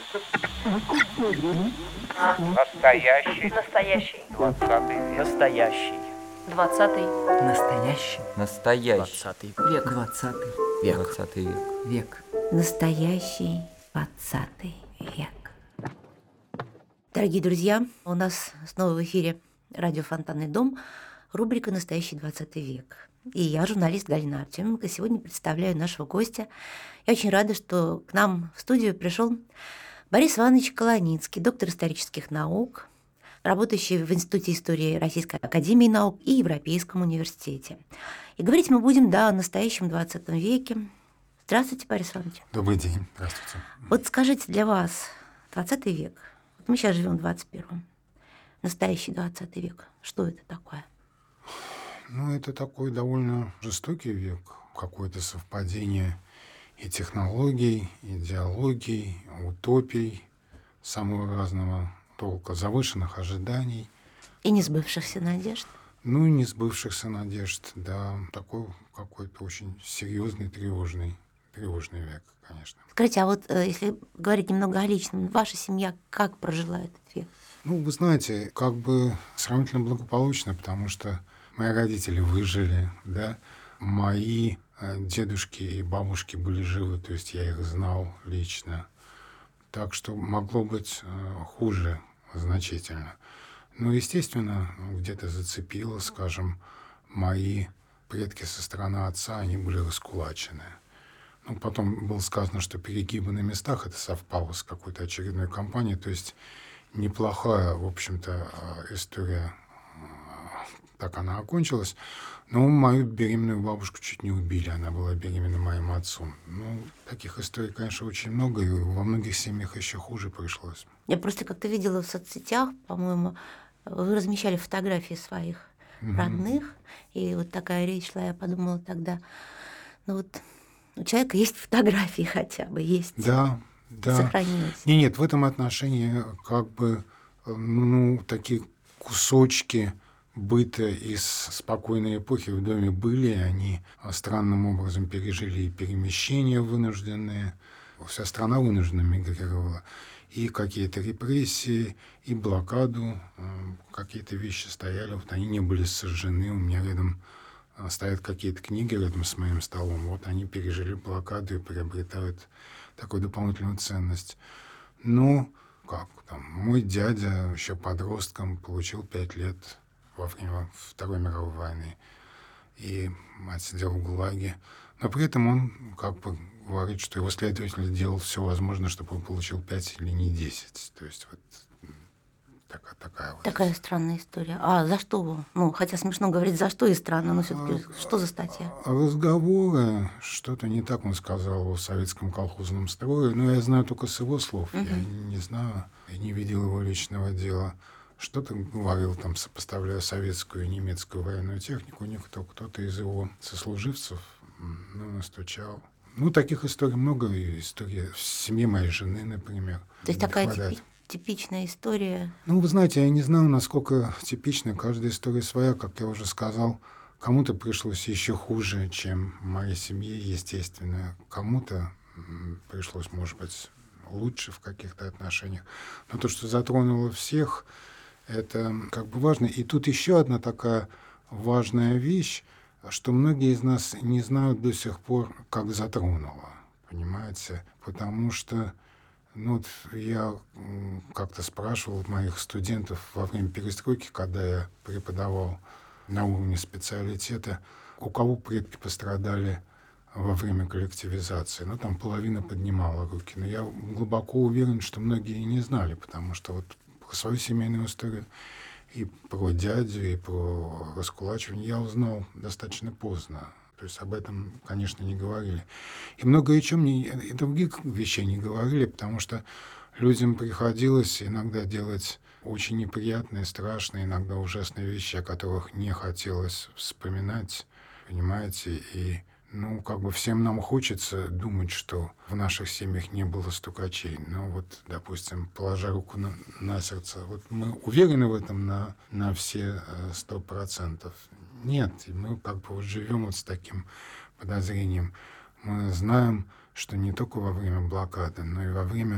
Настоящий. Настоящий. 20 век. Настоящий. 20-й. Настоящий. Настоящий. 20 век. 20 Век. 20 век. Век. Настоящий 20 век. Дорогие друзья, у нас снова в эфире радио «Фонтанный дом», рубрика «Настоящий 20 век». И я, журналист Галина Артеменко, сегодня представляю нашего гостя. Я очень рада, что к нам в студию пришел Борис Иванович Колоницкий, доктор исторических наук, работающий в Институте истории Российской академии наук и Европейском университете. И говорить мы будем, о настоящем 20 веке. Здравствуйте, Борис Иванович. Добрый день. Здравствуйте. Вот скажите, для вас 20 век, вот мы сейчас живем в 21-м, настоящий 20 век, что это такое? Это такой довольно жестокий век, какое-то совпадение и технологий, идеологий, утопий самого разного толка, завышенных ожиданий. И несбывшихся надежд. И несбывшихся надежд, да. Такой какой-то очень серьезный, тревожный век, конечно. Скажите, а вот если говорить немного о личном, ваша семья как прожила этот век? Вы знаете, сравнительно благополучно, потому что мои родители выжили, да. Мои дедушки и бабушки были живы, то есть я их знал лично. Так что могло быть хуже значительно. Естественно, где-то зацепило, скажем, мои предки со стороны отца, они были раскулачены. Потом было сказано, что перегибы на местах, это совпало с какой-то очередной кампанией, то есть неплохая, в общем-то, история, так она окончилась. Но мою беременную бабушку чуть не убили, она была беременна моим отцом. Таких историй, конечно, очень много, и во многих семьях еще хуже пришлось. Я просто как-то видела в соцсетях, по-моему, вы размещали фотографии своих родных, и вот такая речь шла, я подумала тогда, у человека есть фотографии хотя бы, есть. Да. Сохранилось. Нет, в этом отношении такие кусочки быта из спокойной эпохи в доме были, они странным образом пережили и перемещения вынужденные, вся страна вынуждена мигрировала, и какие-то репрессии, и блокаду, какие-то вещи стояли, они не были сожжены, у меня рядом стоят какие-то книги рядом с моим столом, они пережили блокаду и приобретают такую дополнительную ценность. Мой дядя еще подростком получил 5 лет во время Второй мировой войны, и мать сидела в ГУЛАГе. Но при этом он говорит, что его следователь делал все возможное, чтобы он получил 5 или не 10. То есть такая странная история. А за что? Хотя смешно говорить за что и странно, но все-таки что за статья? Разговоры, что-то не так он сказал о советском колхозном строе. Я знаю только с его слов. Я не знаю, я не видел его личного дела. Что-то говорил, сопоставляя советскую и немецкую военную технику, кто-то из его сослуживцев настучал. Таких историй много, и история в семье моей жены, например. То есть такая типичная история? Вы знаете, я не знаю, насколько типичная, каждая история своя, как я уже сказал. Кому-то пришлось еще хуже, чем моей семье, естественно. Кому-то пришлось, может быть, лучше в каких-то отношениях. Но то, что затронуло всех, это важно. И тут еще одна такая важная вещь, что многие из нас не знают до сих пор, как затронуло. Понимаете? Потому что я как-то спрашивал моих студентов во время перестройки, когда я преподавал на уровне специалитета, у кого предки пострадали во время коллективизации. Половина поднимала руки. Но я глубоко уверен, что многие не знали, потому что про свою семейную историю и про дядю, и про раскулачивание я узнал достаточно поздно. То есть об этом, конечно, не говорили. И много о чем и других вещей не говорили, потому что людям приходилось иногда делать очень неприятные, страшные, иногда ужасные вещи, о которых не хотелось вспоминать, понимаете, и всем нам хочется думать, что в наших семьях не было стукачей. Допустим, положа руку на сердце, мы уверены в этом на все 100%. Нет, мы живем с таким подозрением. Мы знаем, что не только во время блокады, но и во время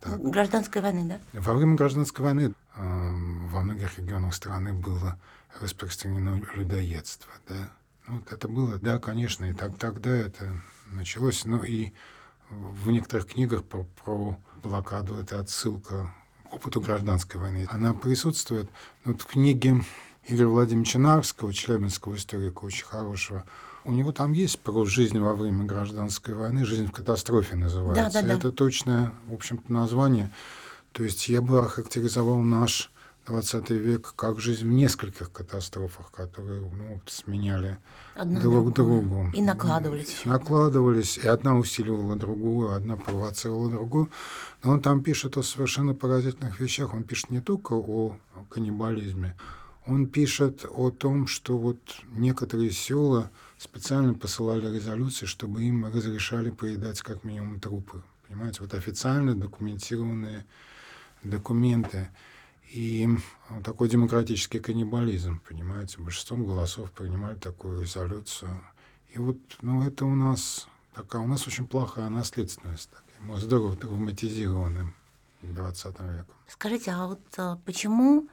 так. Гражданской войны, да? Во время гражданской войны во многих регионах страны было распространено людоедство, да. Ну, вот это было, да, конечно, и тогда это началось. Ну и в некоторых книгах про блокаду это отсылка к опыту гражданской войны. Она присутствует. Вот в книге Игоря Владимировича Нарского, челябинского историка, очень хорошего, у него там есть про жизнь во время гражданской войны, «Жизнь в катастрофе» называется. Да. Это точное, в общем-то, название. То есть я бы охарактеризовал наш 20 век как жизнь в нескольких катастрофах, которые сменяли друг другу. И накладывались. Накладывались, и одна усиливала другую, одна провоцировала другую. Но он там пишет о совершенно поразительных вещах. Он пишет не только о каннибализме, он пишет о том, что вот некоторые села специально посылали резолюции, чтобы им разрешали поедать как минимум трупы. Понимаете, вот официально документированные документы. И такой демократический каннибализм, понимаете, большинством голосов принимали такую резолюцию. И вот, это у нас очень плохая наследственность. Мы здорово травматизированы 20 веком. Скажите, а вот почему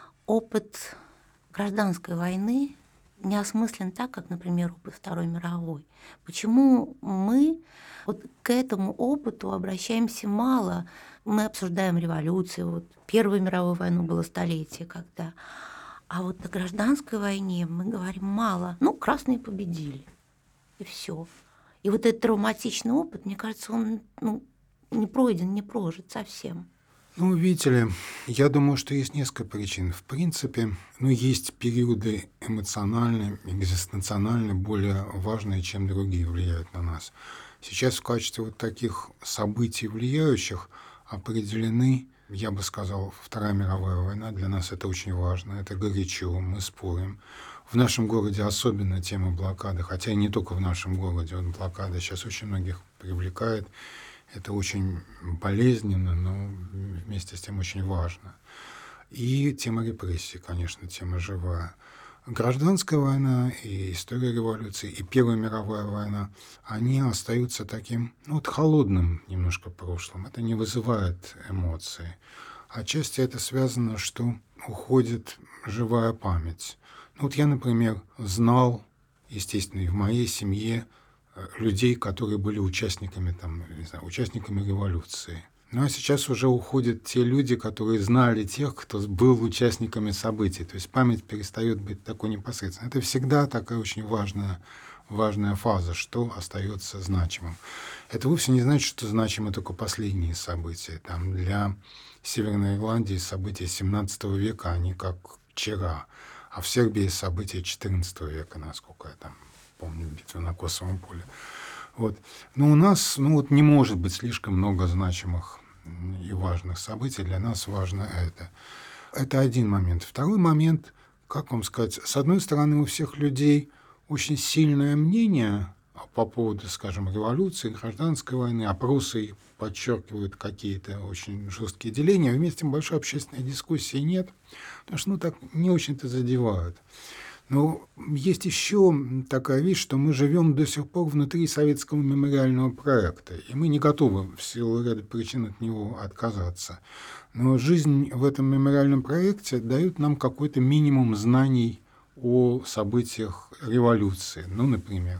опыт гражданской войны не осмыслен так, как, например, опыт Второй мировой? Почему мы вот к этому опыту обращаемся мало? Мы обсуждаем революцию, вот Первую мировую войну было столетие когда. А вот о гражданской войне мы говорим мало. Красные победили, и все. И вот этот травматичный опыт, мне кажется, он не пройден, не прожит совсем. Видите ли, я думаю, что есть несколько причин. В принципе, есть периоды эмоциональные, экзистенциональные, более важные, чем другие, влияют на нас. Сейчас в качестве вот таких событий, влияющих, определены, я бы сказал, Вторая мировая война. Для нас это очень важно, это горячо, мы спорим. В нашем городе особенно тема блокады, хотя и не только в нашем городе. Вот блокада сейчас очень многих привлекает. Это очень болезненно, но вместе с тем очень важно. И тема репрессий, конечно, тема живая. Гражданская война и история революции, и Первая мировая война, они остаются таким, холодным немножко прошлым. Это не вызывает эмоций. Отчасти это связано, что уходит живая память. Я, например, знал, естественно, и в моей семье людей, которые были участниками революции. А сейчас уже уходят те люди, которые знали тех, кто был участниками событий. То есть память перестает быть такой непосредственной. Это всегда такая очень важная фаза, что остается значимым. Это вовсе не значит, что значимы только последние события. Для Северной Ирландии события XVII века, они как вчера. А в Сербии события XIV века, насколько я помню, битва на Косовом поле. Но у нас не может быть слишком много значимых и важных событий. Для нас важно это. Это один момент. Второй момент, как вам сказать, с одной стороны, у всех людей очень сильное мнение по поводу, скажем, революции, гражданской войны. Опросы подчеркивают какие-то очень жесткие деления. Вместе большой общественной дискуссии нет, потому что так не очень-то задевают. Но есть еще такая вещь, что мы живем до сих пор внутри советского мемориального проекта, и мы не готовы в силу ряда причин от него отказаться. Но жизнь в этом мемориальном проекте дает нам какой-то минимум знаний о событиях революции, например.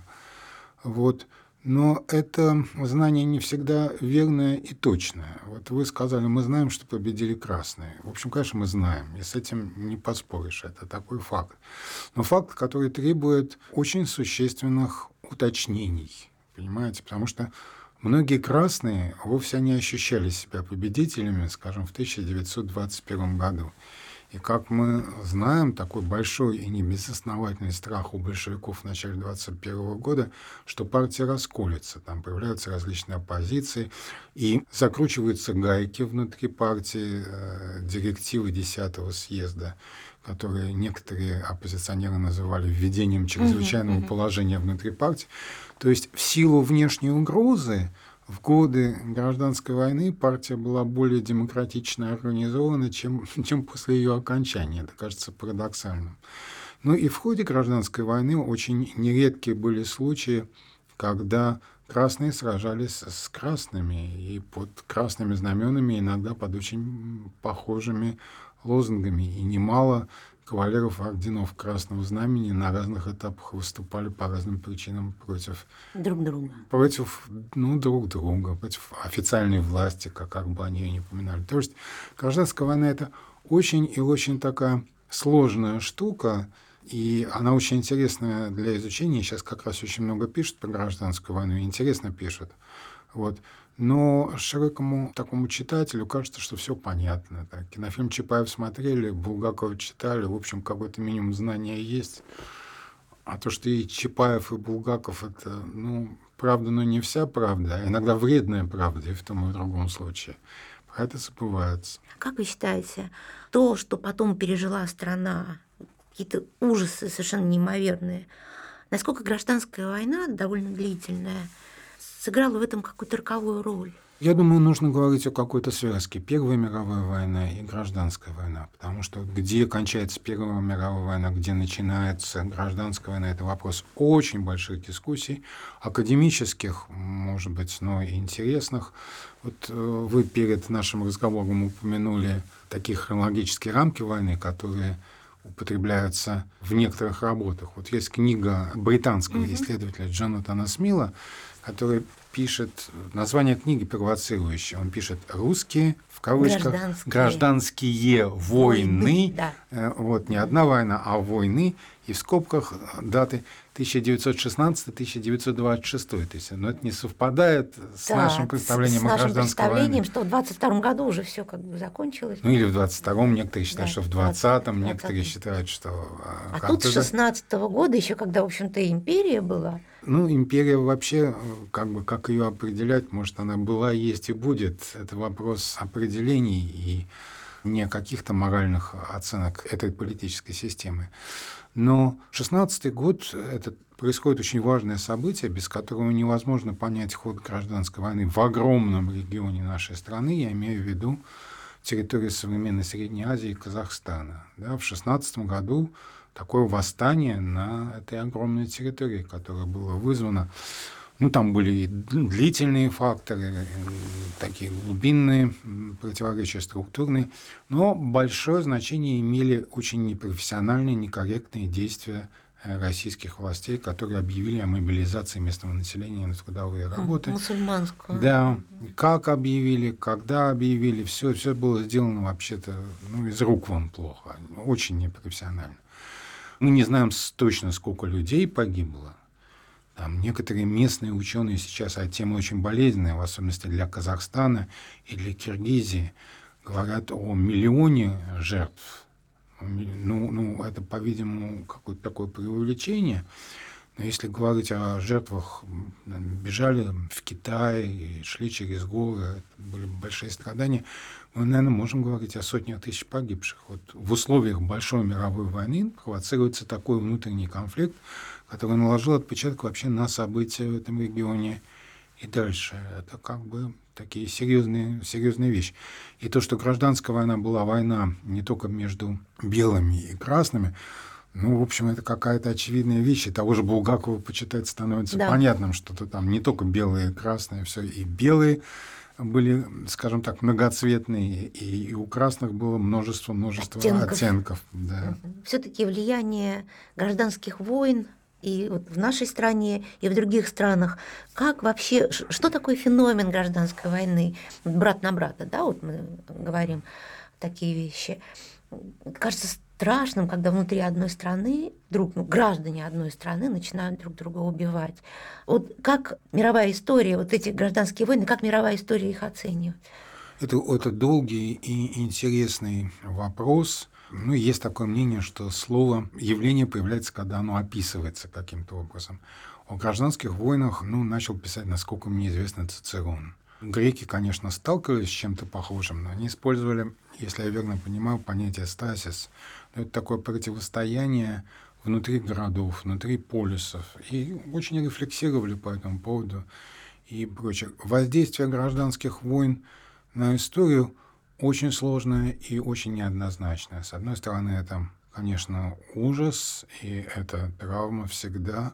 Но это знание не всегда верное и точное. Вы сказали, мы знаем, что победили красные. В общем, конечно, мы знаем, и с этим не поспоришь, это такой факт. Но факт, который требует очень существенных уточнений, понимаете, потому что многие красные вовсе не ощущали себя победителями, скажем, в 1921 году. И, как мы знаем, такой большой и не безосновательный страх у большевиков в начале 1921 года, что партия расколется, там появляются различные оппозиции, и закручиваются гайки внутри партии, директивы 10-го съезда, которые некоторые оппозиционеры называли введением чрезвычайного положения внутри партии. То есть в силу внешней угрозы в годы гражданской войны партия была более демократично организована, чем после ее окончания. Это кажется парадоксальным. И в ходе гражданской войны очень нередкие были случаи, когда красные сражались с красными, и под красными знаменами, иногда под очень похожими лозунгами. И немало кавалеров орденов Красного Знамени на разных этапах выступали по разным причинам против Друг друга. друг друга, против официальной власти, как бы они ее ни поминали. То есть гражданская война — это очень и очень такая сложная штука, и она очень интересная для изучения. Сейчас как раз очень много пишут про гражданскую войну, и интересно пишут. Вот. Но широкому такому читателю кажется, что все понятно. Так. Кинофильм Чапаев смотрели, Булгакова читали, в общем, какой-то минимум знания есть. А то, что и Чапаев, и Булгаков — это, правда, но не вся правда, а иногда вредная правда и в том, и в другом случае. Про это забывается. Как вы считаете, то, что потом пережила страна, какие-то ужасы совершенно неимоверные, насколько гражданская война, довольно длительная, сыграла в этом какую-то роковую роль? Я думаю, нужно говорить о какой-то связке. Первая мировая война и гражданская война. Потому что где кончается Первая мировая война, где начинается гражданская война, это вопрос очень больших дискуссий, академических, может быть, но и интересных. Вот вы перед нашим разговором упомянули такие хронологические рамки войны, которые употребляются в некоторых работах. Вот есть книга британского исследователя Джонатана Смила, который пишет, название книги провоцирующее. Он пишет «Русские», в кавычках, «гражданские войны». Да. Вот не одна война, а войны. И в скобках даты 1916-1926. Но это не совпадает с нашим представлением о гражданской войне. Что в 22 году уже все как бы закончилось. Или в 22-м, некоторые считают, Да, что в 20-м, некоторые считают, что... А тут с 16-го года, еще когда, в общем-то, империя была. Империя вообще, как ее определять, может, она была, есть и будет. Это вопрос определений и не каких-то моральных оценок этой политической системы. Но 16-й год — это происходит очень важное событие, без которого невозможно понять ход гражданской войны в огромном регионе нашей страны. Я имею в виду территорию современной Средней Азии и Казахстана. Да, в 16 году такое восстание на этой огромной территории, которое было вызвано. Там были и длительные факторы, такие глубинные противоречия, структурные, но большое значение имели очень непрофессиональные, некорректные действия российских властей, которые объявили о мобилизации местного населения на трудовые работы. Мусульманскую. Да, как объявили, когда объявили, все было сделано вообще-то из рук вон плохо, очень непрофессионально. Мы не знаем точно, сколько людей погибло. Некоторые местные ученые сейчас, а тема очень болезненная, в особенности для Казахстана и для Киргизии, говорят о миллионе жертв. Это, по-видимому, какое-то такое преувеличение. Но если говорить о жертвах, бежали в Китай, шли через горы, это были большие страдания, мы, наверное, можем говорить о сотнях тысяч погибших. Вот в условиях большой мировой войны провоцируется такой внутренний конфликт, который наложил отпечаток вообще на события в этом регионе и дальше. Это такие серьезные вещи. И то, что гражданская война была война не только между белыми и красными, в общем, это какая-то очевидная вещь. И того же Булгакова почитать становится понятным, что там не только белые и красные, все и белые были, скажем так, многоцветные, и у красных было множество оттенков. Да. Все-таки влияние гражданских войн и вот в нашей стране, и в других странах. Как вообще, что такое феномен гражданской войны? Брат на брата, да, вот мы говорим такие вещи. Кажется страшным, когда внутри одной страны граждане одной страны начинают друг друга убивать. Вот как мировая история, вот эти гражданские войны, как мировая история их оценивает? Это долгий и интересный вопрос. Есть такое мнение, что слово, явление появляется, когда оно описывается каким-то образом. О гражданских войнах начал писать, насколько мне известно, Цицерон. Греки, конечно, сталкивались с чем-то похожим, но они использовали, если я верно понимаю, понятие стасис. Это такое противостояние внутри городов, внутри полисов. И очень рефлексировали по этому поводу и прочее. Воздействие гражданских войн на историю очень сложное и очень неоднозначное. С одной стороны, это, конечно, ужас, и это травма всегда.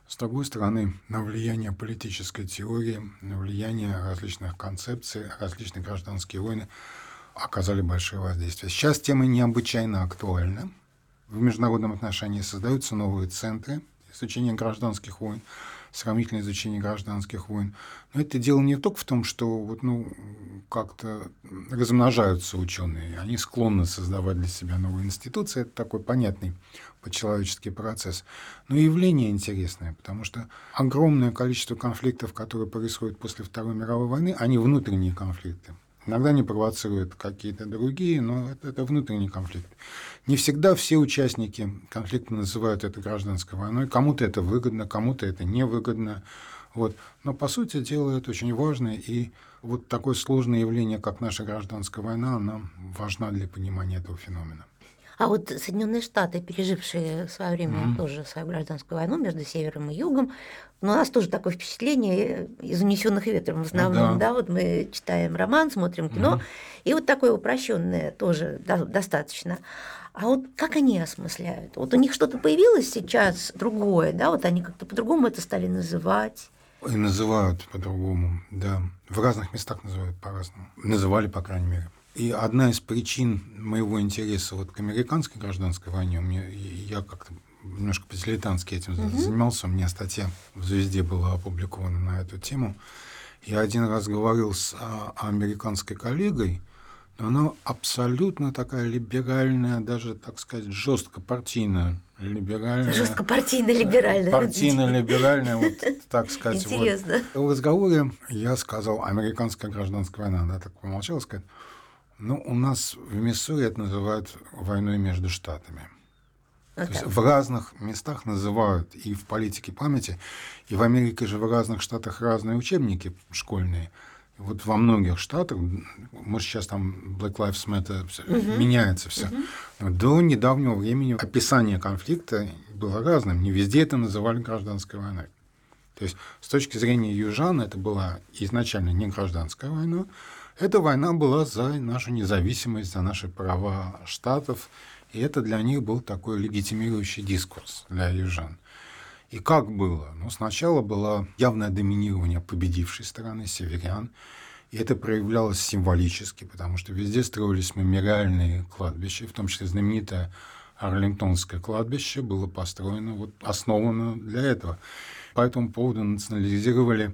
С другой стороны, на влияние политической теории, на влияние различных концепций, различные гражданские войны оказали большое воздействие. Сейчас тема необычайно актуальна. В международном отношении создаются новые центры изучения гражданских войн, сравнительное изучение гражданских войн. Но это дело не только в том, что как-то размножаются ученые, они склонны создавать для себя новые институции, это такой понятный по-человеческий процесс. Но явление интересное, потому что огромное количество конфликтов, которые происходят после Второй мировой войны, они внутренние конфликты. Иногда они провоцируют какие-то другие, но это внутренний конфликт. Не всегда все участники конфликта называют это гражданской войной. Кому-то это выгодно, кому-то это невыгодно. Но, по сути дела, это очень важно. И вот такое сложное явление, как наша гражданская война, она важна для понимания этого феномена. А вот Соединенные Штаты, пережившие в свое время тоже свою гражданскую войну между Севером и Югом, у нас тоже такое впечатление из «Унесенных ветром» в основном, да, вот мы читаем роман, смотрим кино, и вот такое упрощенное тоже достаточно. А вот как они осмысляют? Вот у них что-то появилось сейчас другое, да, вот они как-то по-другому это стали называть. И называют по-другому, да. В разных местах называют по-разному. Называли, по крайней мере. И одна из причин моего интереса к американской гражданской войне, я как-то немножко по-дилетантски этим занимался, у меня статья в «Звезде» была опубликована на эту тему. Я один раз говорил с американской коллегой, но она абсолютно такая либеральная, даже, так сказать, жесткопартийная. Жесткопартийно-либеральная. Партийно-либеральная, так сказать. Интересно. В разговоре я сказал, американская гражданская война, она так помолчала, сказать, у нас в Миссури это называют войной между штатами. То есть в разных местах называют и в политике памяти, и в Америке же в разных штатах разные учебники школьные. И во многих штатах, может, сейчас там Black Lives Matter меняется все, но до недавнего времени описание конфликта было разным. Не везде это называли гражданской войной. То есть с точки зрения южан это была изначально не гражданская война, эта война была за нашу независимость, за наши права штатов, и это для них был такой легитимирующий дискурс для южан. И как было? Сначала было явное доминирование победившей стороны, северян, и это проявлялось символически, потому что везде строились мемориальные кладбища, в том числе знаменитое Арлингтонское кладбище было построено, основано для этого. По этому поводу национализировали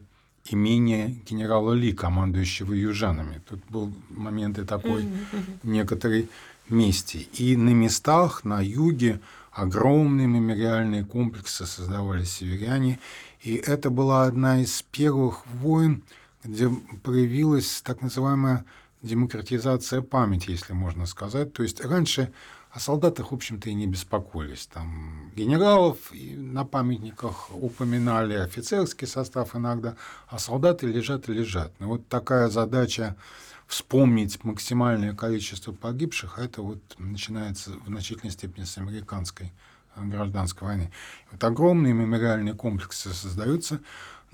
имение генерала Ли, командующего южанами. Тут был момент и такой некоторой мести. И на местах, на юге, огромные мемориальные комплексы создавали северяне. И это была одна из первых войн, где проявилась так называемая демократизация памяти, если можно сказать. То есть раньше о солдатах, в общем-то, и не беспокоились. Там генералов на памятниках упоминали, офицерский состав иногда, а солдаты лежат и лежат. Но такая задача вспомнить максимальное количество погибших, это начинается в значительной степени с американской гражданской войны. Огромные мемориальные комплексы создаются.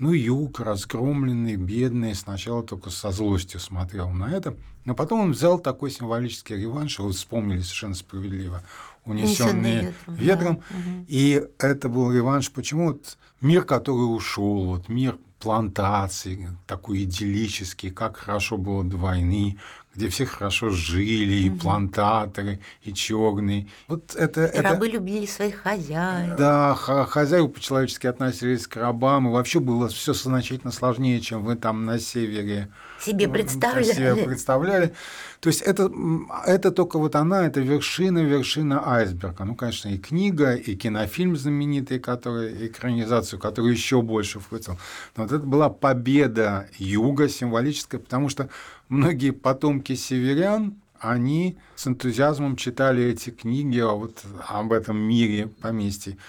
Юг, разгромленный, бедный, сначала только со злостью смотрел на это, но потом он взял такой символический реванш, вы вспомнили совершенно справедливо, «Унесенные ветром». Да. И это был реванш. Почему? Мир, который ушел, мир плантаций, такой идиллический, как хорошо было до войны, где все хорошо жили, и плантаторы, и черные. Рабы любили своих хозяев. Да, хозяева по-человечески относились к рабам, и вообще было все значительно сложнее, чем вы там на севере себе представляли. То есть это только это вершина айсберга. Конечно, и книга, и кинофильм знаменитый, экранизацию, который еще больше вкрутил. Но это была победа Юга символическая, потому что многие потомки северян, они с энтузиазмом читали эти книги об этом мире поместьй.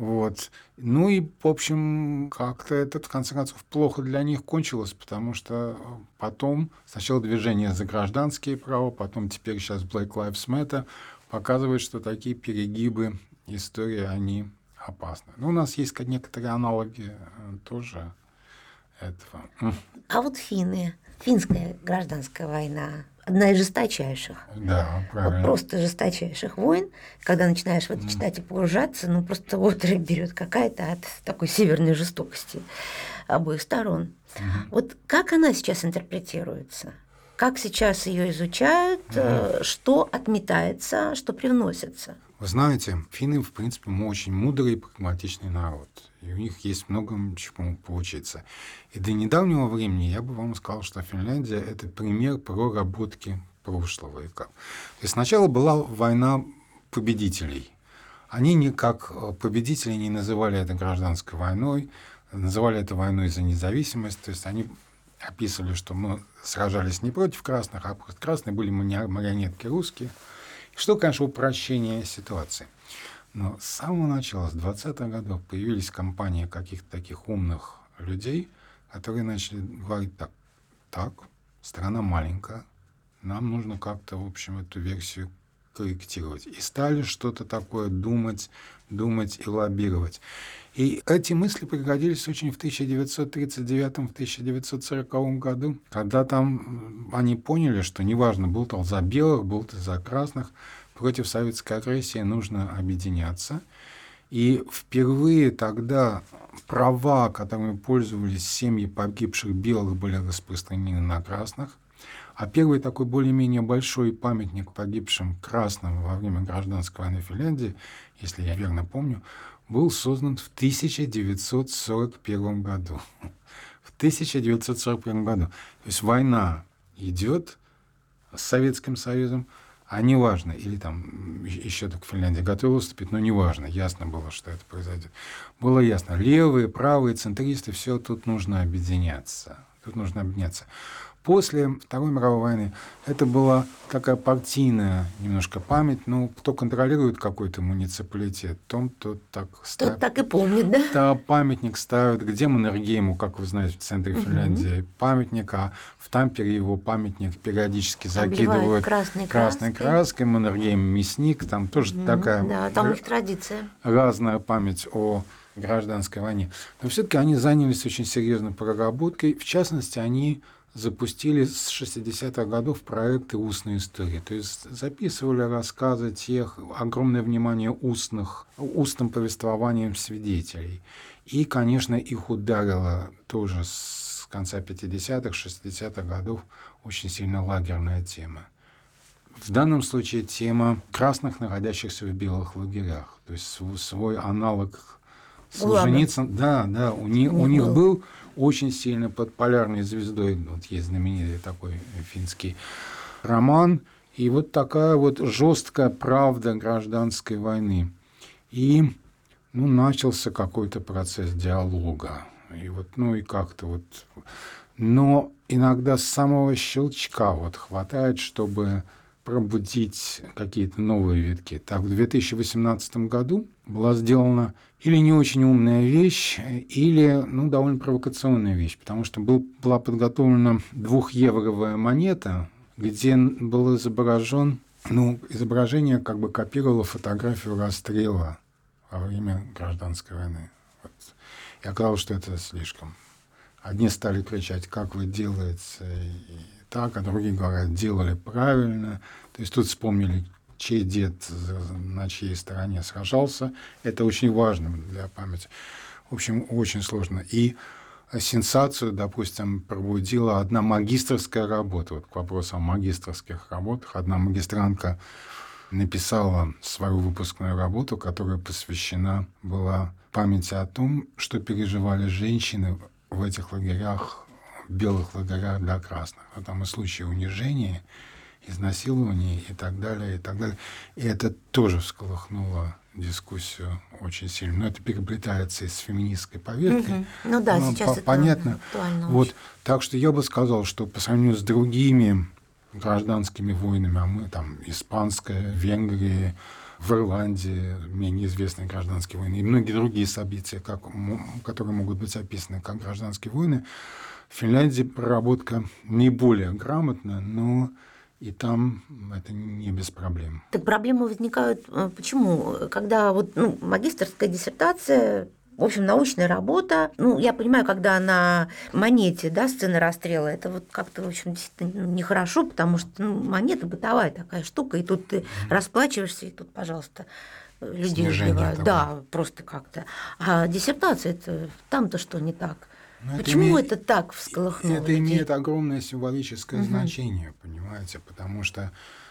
И, в общем, как-то это, в конце концов, плохо для них кончилось, потому что потом сначала движение за гражданские права, потом теперь сейчас Black Lives Matter показывает, что такие перегибы истории, они опасны. У нас есть некоторые аналоги тоже этого. А финны? Финская гражданская война одна из жесточайших. Да, правильно. Вот просто жесточайших войн. Когда начинаешь в это читать и погружаться, ну просто отрыв берет какая-то от такой северной жестокости обоих сторон. Вот как она сейчас интерпретируется? Как сейчас ее изучают, что отметается, что привносится? Вы знаете, финны, в принципе, очень мудрый и прагматичный народ. И у них есть много чему поучиться. И до недавнего времени я бы вам сказал, что Финляндия — это пример проработки прошлого века. То есть сначала была война победителей. Они никак победители не называли это гражданской войной, называли это войной за независимость. То есть они описывали, что мы сражались не против красных, а просто красные были марионетки русские. Что, конечно, упрощение ситуации. Но с самого начала, с 20-х годов, появились компании каких-то таких умных людей, которые начали говорить так, страна маленькая, нам нужно как-то, в общем, эту версию корректировать. И стали что-то такое думать и лоббировать. И эти мысли пригодились очень в 1939-1940 году, когда там они поняли, что неважно, был ты за белых, был ты за красных, против советской агрессии нужно объединяться. И впервые тогда права, которыми пользовались семьи погибших белых, были распространены на красных. А первый такой более-менее большой памятник погибшим красным во время гражданской войны в Финляндии, если я верно помню, был создан в 1941 году. В 1941 году. То есть война идет с Советским Союзом, а неважно, или там еще только Финляндия готова выступить, но неважно, ясно было, что это произойдет. Было ясно, левые, правые, центристы, все тут нужно объединяться. После Второй мировой войны это была такая партийная немножко память. Ну, кто контролирует какой-то муниципалитет, тот так ставит. Тот так и помнит, да? Да, памятник ставят. Где Маннергейму, как вы знаете, в центре Финляндии, памятник, а в Тампере его памятник периодически закидывают красной краской. Маннергейм мясник, там тоже такая да, там их традиция. Разная память о гражданской войне. Но все-таки они занялись очень серьезной проработкой. В частности, они запустили с 60-х годов проекты устной истории. То есть записывали рассказы тех, огромное внимание устным повествованием свидетелей. И, конечно, их ударила тоже с конца 50-х, 60-х годов очень сильно лагерная тема. В данном случае тема красных, находящихся в белых лагерях. То есть свой аналог Солженицын. Да, у них был очень сильно под полярной звездой. Вот есть знаменитый такой финский роман. И вот такая вот жесткая правда гражданской войны. И начался какой-то процесс диалога. И Но иногда с самого щелчка хватает, чтобы пробудить какие-то новые витки. Так, в 2018 году была сделана или не очень умная вещь, или довольно провокационная вещь, потому что была подготовлена 2-евровая монета, где был изображение как бы копировало фотографию расстрела во время гражданской войны. И оказалось, что это слишком. Одни стали кричать, как вы делаете так, а другие говорят, делали правильно. То есть тут вспомнили, чей дед на чьей стороне сражался. Это очень важно для памяти. В общем, очень сложно. И сенсацию, допустим, пробудила одна магистерская работа. Вот к вопросу о магистерских работах. Одна магистрантка написала свою выпускную работу, которая посвящена была памяти о том, что переживали женщины в этих лагерях, в белых лагерях для красных. А там и случаи унижения, изнасилований и так далее, и так далее. И это тоже всколыхнуло дискуссию очень сильно. Но это переплетается и с феминистской повесткой. Ну да, сейчас это понятно. Актуально. Вот. Так что я бы сказал, что по сравнению с другими гражданскими войнами, а мы там испанская, Венгрия, в Ирландии менее известные гражданские войны и многие другие события, которые могут быть описаны как гражданские войны, в Финляндии проработка не более грамотна, но и там это не без проблем. Так проблемы возникают почему? Когда магистерская диссертация, В общем, научная работа. Ну, я понимаю, когда на монете, да, сцена расстрела, это вот как-то, в общем, действительно нехорошо, потому что монета бытовая такая штука, и тут ты расплачиваешься, и тут, пожалуйста, людей убивают. Да, просто как-то. А диссертация, это там-то что не так? Почему это так всколыхнуло? Это имеет огромное символическое значение, понимаете, потому что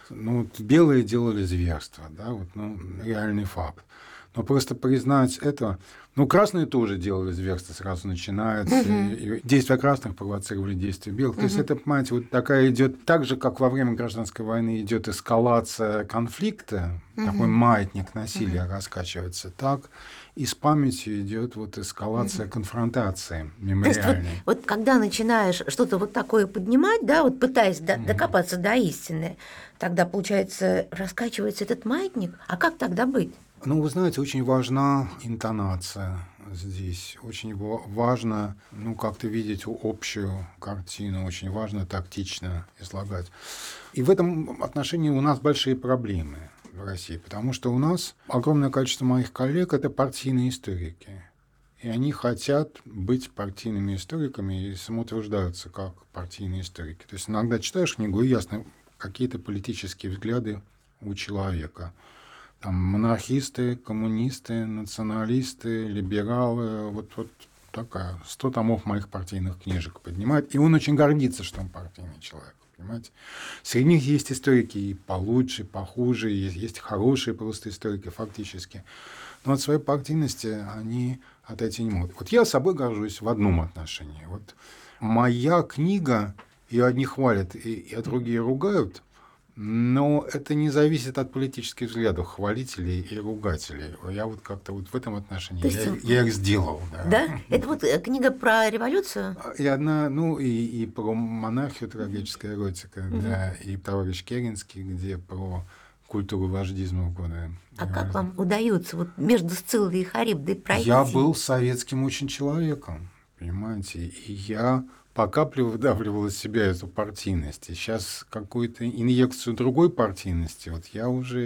белые делали зверство, да, вот, реальный факт. Но просто признать это... красные тоже делали зверство, сразу начинается. И действия красных провоцировали действия белых. То есть это, понимаете, вот такая идет так же, как во время гражданской войны идет эскалация конфликта, такой маятник насилия раскачивается, так и с памятью идет вот эскалация конфронтации мемориальной. То есть вот когда начинаешь что-то вот такое поднимать, да, вот пытаясь докопаться до истины, тогда, получается, раскачивается этот маятник. А как тогда быть? Вы знаете, очень важна интонация здесь. Очень важно, как-то видеть общую картину. Очень важно тактично излагать. И в этом отношении у нас большие проблемы в России, потому что у нас огромное количество моих коллег – это партийные историки. И они хотят быть партийными историками и самоутверждаются как партийные историки. То есть иногда читаешь книгу, и ясно, какие-то политические взгляды у человека. Там монархисты, коммунисты, националисты, либералы, вот такая, 100 томов моих партийных книжек поднимает. И он очень гордится, что он партийный человек, понимаете. Среди них есть историки и получше, похуже, есть хорошие просто историки фактически. Но от своей партийности они отойти не могут. Вот я собой горжусь в одном отношении. Вот моя книга, ее одни хвалят, и другие ругают, но это не зависит от политических взглядов хвалителей и ругателей. Я вот как-то вот в этом отношении я их сделал. Да? Это вот книга про революцию? И одна, и про монархию, трагическая эротика, да, и товарищ Керенский, где про культуру вождизма в годы. А как вам удается вот между Сциллой и Харибдой пройти? Я был советским очень человеком, понимаете, и я по капле выдавливал из себя эту партийность. И сейчас какую-то инъекцию другой партийности, вот я уже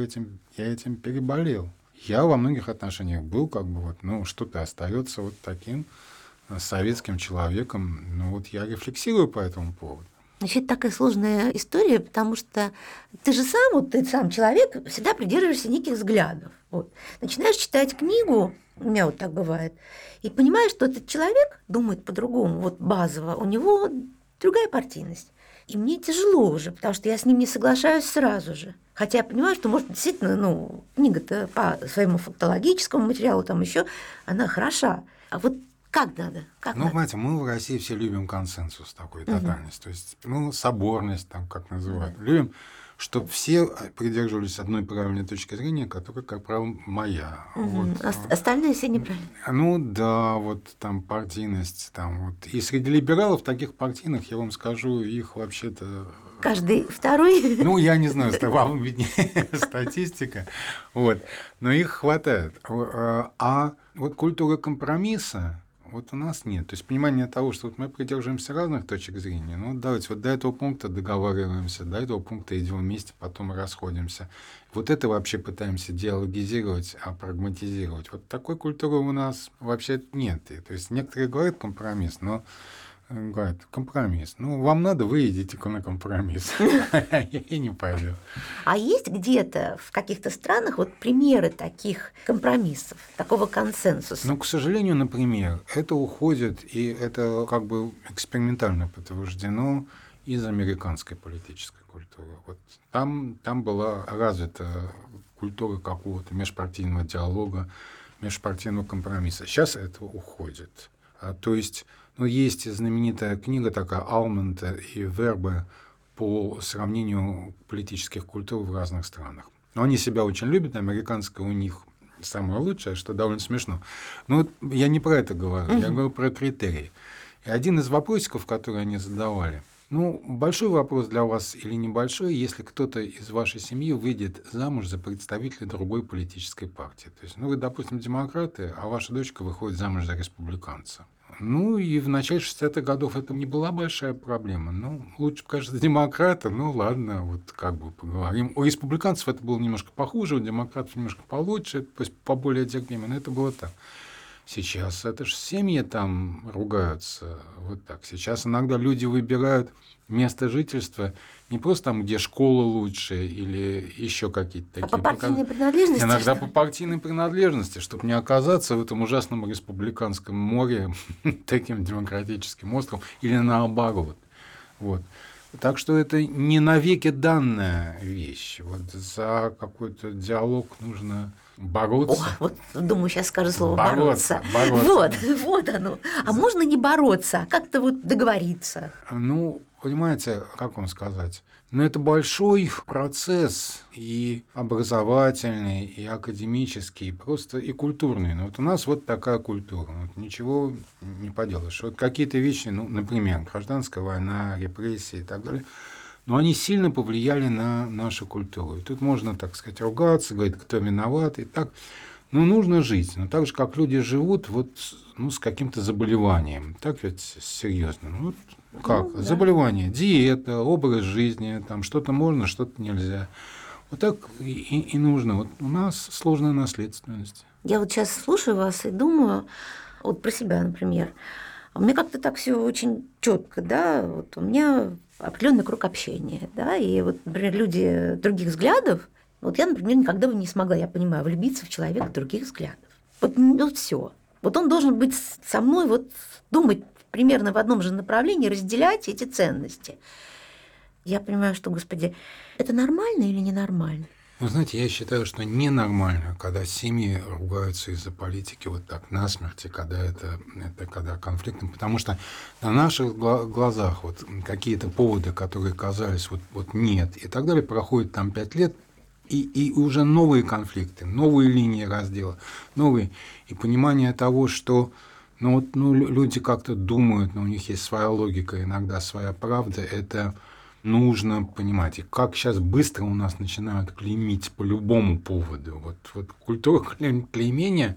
этим переболел. Я во многих отношениях был что-то остается вот таким советским человеком. Я рефлексирую по этому поводу. Значит, такая сложная история, потому что ты сам человек, всегда придерживаешься неких взглядов. Вот. Начинаешь читать книгу, у меня вот так бывает, и понимаешь, что этот человек думает по-другому, вот базово, у него другая партийность. И мне тяжело уже, потому что я с ним не соглашаюсь сразу же. Хотя я понимаю, что, может, действительно, книга-то по своему фактологическому материалу там еще, она хороша. А вот как надо? Понимаете, мы в России все любим консенсус такой, тотальность. То есть, соборность, там, как называют. Любим, чтобы все придерживались одной правильной точки зрения, которая, как правило, моя. Остальные все неправильно. Там партийность. И среди либералов таких партийных, я вам скажу, их вообще-то... Каждый второй? Я не знаю, вам виднее статистика. Но их хватает. А вот культура компромисса, у нас нет. То есть понимание того, что мы придерживаемся разных точек зрения, давайте до этого пункта договариваемся, до этого пункта идем вместе, потом расходимся. Это вообще пытаемся диалогизировать, прагматизировать. Такой культуры у нас вообще нет. То есть некоторые говорят компромисс, но говорят, компромисс. Вам надо, вы идите на компромисс. Я не пойду. А есть где-то в каких-то странах примеры таких компромиссов, такого консенсуса? К сожалению, например, это уходит, и это экспериментально подтверждено из американской политической культуры. Там была развита культура какого-то межпартийного диалога, межпартийного компромисса. Сейчас это уходит. То есть есть знаменитая книга такая Алмента и Вербе по сравнению политических культур в разных странах. Они себя очень любят, американская у них самое лучшее, что довольно смешно. Я не про это говорю, я говорю про критерии. И один из вопросиков, которые они задавали, большой вопрос для вас или небольшой, если кто-то из вашей семьи выйдет замуж за представителя другой политической партии. То есть, вы, допустим, демократы, а ваша дочка выходит замуж за республиканца. И в начале 60-х годов это не была большая проблема. Лучше, конечно, демократа, ладно, поговорим. У республиканцев это было немножко похуже, у демократов немножко получше, то есть поболее терпимо, но это было так. Сейчас это ж семьи там ругаются. Вот так. Сейчас иногда люди выбирают место жительства не просто там, где школа лучше или еще какие-то такие. А по партийной принадлежности? Иногда по партийной принадлежности, чтобы не оказаться в этом ужасном республиканском море, таким демократическим островом, или наоборот. Вот. Так что это не навеки данная вещь. Вот за какой-то диалог нужно бороться. О, вот думаю, сейчас скажу слово бороться. Вот оно. А можно не бороться, а как-то вот договориться? Ну, понимаете, как вам сказать? Но это большой процесс и образовательный, и академический, и просто и культурный. Но вот у нас вот такая культура. Вот ничего не поделаешь. Вот какие-то вещи, ну, например, гражданская война, репрессии и так далее, но они сильно повлияли на нашу культуру. И тут можно, так сказать, ругаться, говорить, кто виноват и так. Но нужно жить. Но так же, как люди живут вот, ну, с каким-то заболеванием. Так ведь серьезно. Вот как? Ну, да. Заболевание, диета, образ жизни, там что-то можно, что-то нельзя. Вот так и нужно. Вот у нас сложная наследственность. Я вот сейчас слушаю вас и думаю, вот про себя, например. У меня как-то так все очень четко, да, вот у меня определенный круг общения, да, и вот, например, люди других взглядов, вот я, например, никогда бы не смогла, я понимаю, влюбиться в человека других взглядов. Вот все. Вот он должен быть со мной, вот думать примерно в одном же направлении, разделять эти ценности. Я понимаю, что, Господи, это нормально или ненормально? Вы знаете, я считаю, что ненормально, когда семьи ругаются из-за политики вот так насмерть, когда это когда конфликтом, потому что на наших глазах вот какие-то поводы, которые казались вот нет, и так далее, проходит там 5 лет, и уже новые конфликты, новые линии раздела, новые, и понимание того, что люди как-то думают, но у них есть своя логика, иногда своя правда, это нужно понимать. И как сейчас быстро у нас начинают клеймить по любому поводу. Вот культура клеймения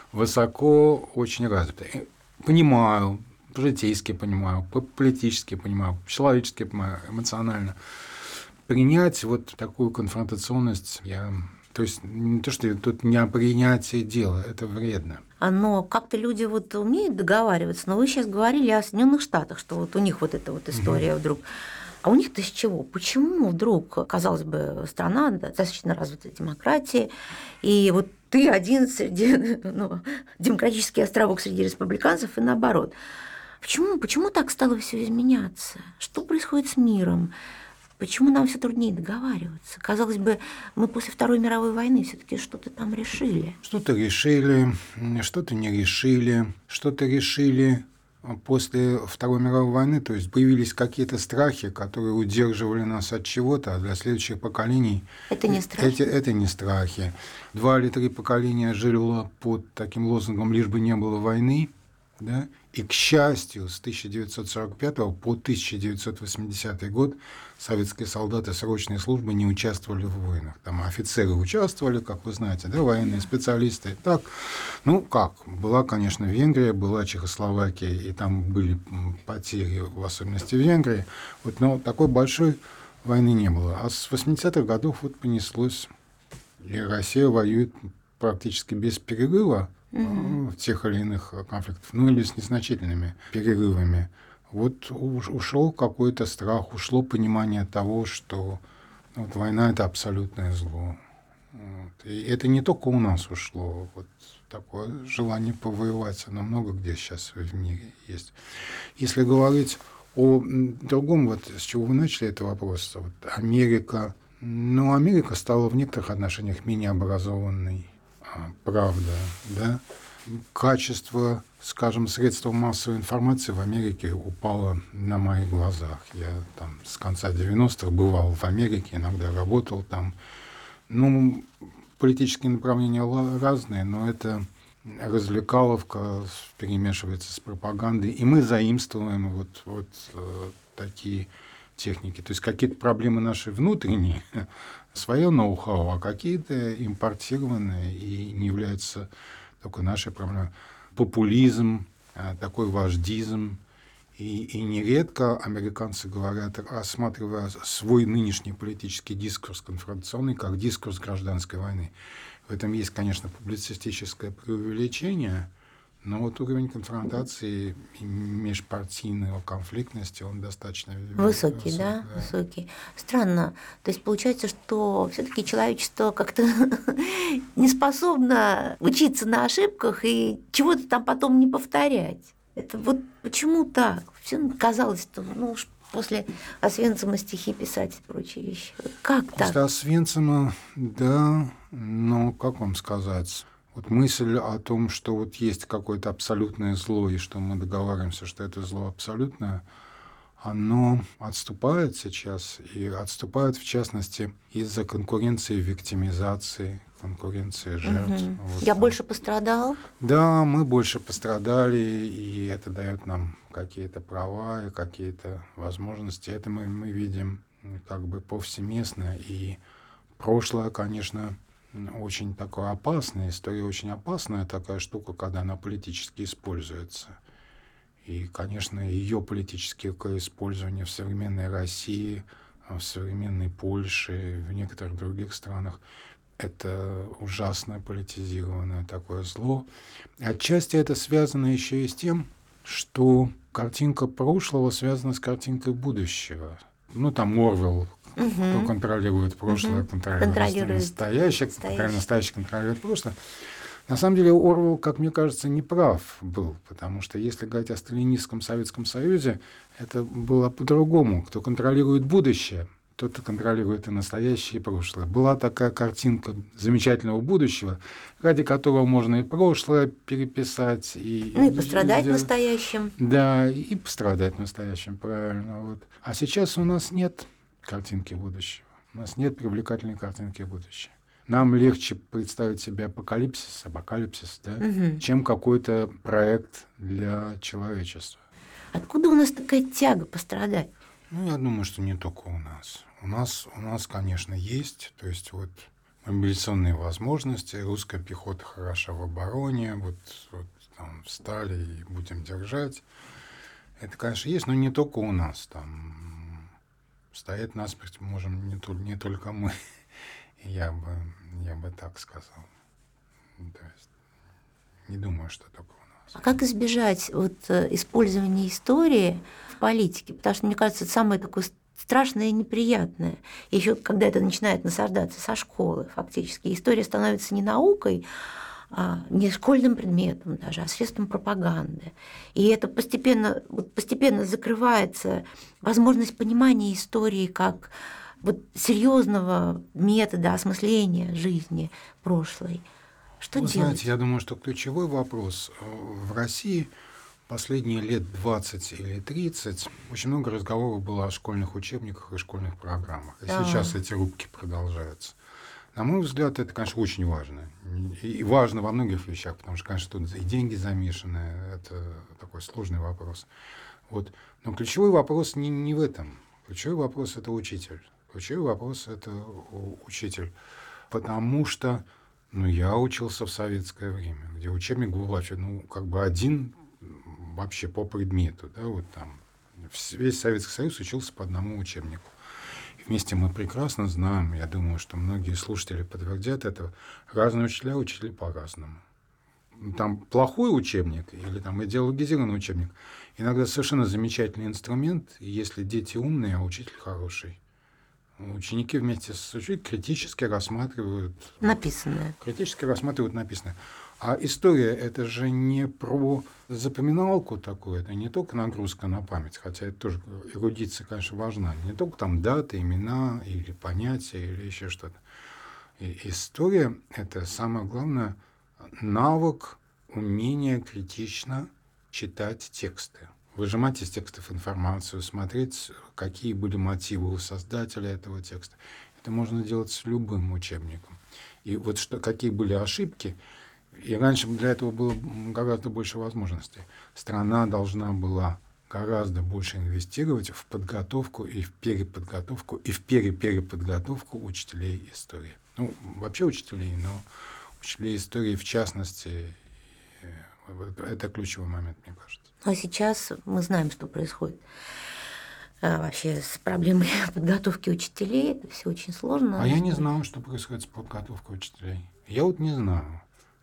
высоко очень развита. Понимаю, по-житейски понимаю, по-политически понимаю, по-человечески понимаю, эмоционально. Принять вот такую конфронтационность то есть не то, что тут не о принятии дела, это вредно. Но как-то люди вот умеют договариваться, но вы сейчас говорили о Соединенных Штатах, что вот у них вот эта вот история вдруг. А у них-то с чего? Почему вдруг, казалось бы, страна достаточно развитой демократии, и вот ты один среди, демократический островок среди республиканцев и наоборот. Почему так стало все изменяться? Что происходит с миром? Почему нам все труднее договариваться? Казалось бы, мы после Второй мировой войны все-таки что-то там решили. Что-то решили, что-то не решили, что-то решили после Второй мировой войны, то есть появились какие-то страхи, которые удерживали нас от чего-то, а для следующих поколений это не страхи. Это не страхи. 2 или 3 поколения жило под таким лозунгом «лишь бы не было войны», да? И, к счастью, с 1945 по 1980 год советские солдаты срочной службы не участвовали в войнах. Там офицеры участвовали, как вы знаете, да, военные специалисты. Так, была, конечно, Венгрия, была Чехословакия, и там были потери, в особенности в Венгрии. Но такой большой войны не было. А с 80-х годов понеслось, и Россия воюет практически без перерыва, в тех или иных конфликтах, или с незначительными перерывами. Ушел какой-то страх, ушло понимание того, что война – это абсолютное зло. И это не только у нас ушло, такое желание повоевать, оно много где сейчас в мире есть. Если говорить о другом, с чего вы начали этот вопрос, Америка стала в некоторых отношениях менее образованной. Правда, да? Качество, скажем, средств массовой информации в Америке упало на моих глазах. Я там с конца 90-х бывал в Америке, иногда работал там. Политические направления разные, но это развлекаловка перемешивается с пропагандой, и мы заимствуем такие техники. То есть какие-то проблемы наши внутренние, свое ноу-хау, а какие-то импортированные и не являются только нашей проблемой. Популизм, такой вождизм. И нередко американцы говорят, рассматривая свой нынешний политический дискурс конфронтационный, как дискурс гражданской войны. В этом есть, конечно, публицистическое преувеличение, Но вот уровень конфронтации и межпартийной конфликтности, он достаточно Высокий, да? Высокий. Странно. То есть получается, что все-таки человечество как-то не способно учиться на ошибках и чего-то там потом не повторять. Это вот почему так? Все казалось, что уж после Освенцима стихи писать и прочие вещи. Как так? После Освенцима, да, но как вам сказать? Вот мысль о том, что вот есть какое-то абсолютное зло, и что мы договариваемся, что это зло абсолютное, оно отступает сейчас, и отступает, в частности, из-за конкуренции виктимизации, конкуренции жертв. Вот Я больше пострадал? Да, мы больше пострадали, и это дает нам какие-то права и какие-то возможности. Это мы видим как бы повсеместно, и прошлое, конечно, очень такое опасное, история очень опасная такая штука, когда она политически используется. И, конечно, ее политическое использование в современной России, в современной Польше, в некоторых других странах — это ужасное политизированное такое зло. Отчасти это связано еще и с тем, что картинка прошлого связана с картинкой будущего. Ну, там Орвелл, кто контролирует прошлое, контролирует настоящее, настоящее контролирует прошлое. На самом деле Орвелл, как мне кажется, не прав был, потому что если говорить о сталинистском Советском Союзе, это было по-другому. Кто контролирует будущее, тот контролирует и настоящее, и прошлое. Была такая картинка замечательного будущего, ради которого можно и прошлое переписать, и пострадать в настоящем. Да, и пострадать в настоящем, правильно. Вот. А сейчас у нас нет картинки будущего. У нас нет привлекательной картинки будущего. Нам легче представить себе апокалипсис, да, чем какой-то проект для человечества. Откуда у нас такая тяга пострадать? Ну, я думаю, что не только у нас. У нас, конечно, есть, то есть вот мобилизационные возможности, русская пехота хороша в обороне, вот там встали и будем держать. Это, конечно, есть, но не только у нас. Там стоять насмерть можем не только мы. Я бы так сказал. То есть не думаю, что только у нас. А как избежать использования истории в политике? Потому что, мне кажется, это самое такое страшное и неприятное. Еще когда это начинает насаждаться со школы, фактически. История становится не наукой, не школьным предметом даже, а средством пропаганды. И это постепенно закрывается возможность понимания истории как серьезного метода осмысления жизни прошлой. Что делать? Знаете, я думаю, что ключевой вопрос в России последние лет 20 или 30 очень много разговоров было о школьных учебниках и школьных программах. И сейчас эти рубки продолжаются. На мой взгляд, это, конечно, очень важно. И важно во многих вещах, потому что, конечно, тут и деньги замешаны. Это такой сложный вопрос. Вот. Но ключевой вопрос не в этом. Ключевой вопрос — это учитель. Ключевой вопрос — это учитель. Потому что я учился в советское время, где учебник был вообще один вообще по предмету. Да, вот там весь Советский Союз учился по одному учебнику. И вместе мы прекрасно знаем, я думаю, что многие слушатели подтвердят это, разные учителя учили по-разному. Там плохой учебник или там идеологизированный учебник иногда совершенно замечательный инструмент, если дети умные, а учитель хороший. Ученики вместе с учителем критически рассматривают написанное. А история — это же не про запоминалку такую, это не только нагрузка на память, хотя это тоже эрудиция, конечно, важна. Не только там даты, имена или понятия или еще что-то. И история — это самое главное навык, умение критично читать тексты. Выжимать из текстов информацию, смотреть, какие были мотивы у создателя этого текста. Это можно делать с любым учебником. И какие были ошибки. И раньше для этого было гораздо больше возможностей. Страна должна была гораздо больше инвестировать в подготовку и в переподготовку, и в переподготовку учителей истории. Вообще учителей, но учителей истории в частности. Это ключевой момент, мне кажется. А сейчас мы знаем, что происходит вообще с проблемой подготовки учителей. Это все очень сложно. А я не знаю, что происходит с подготовкой учителей. Я не знаю.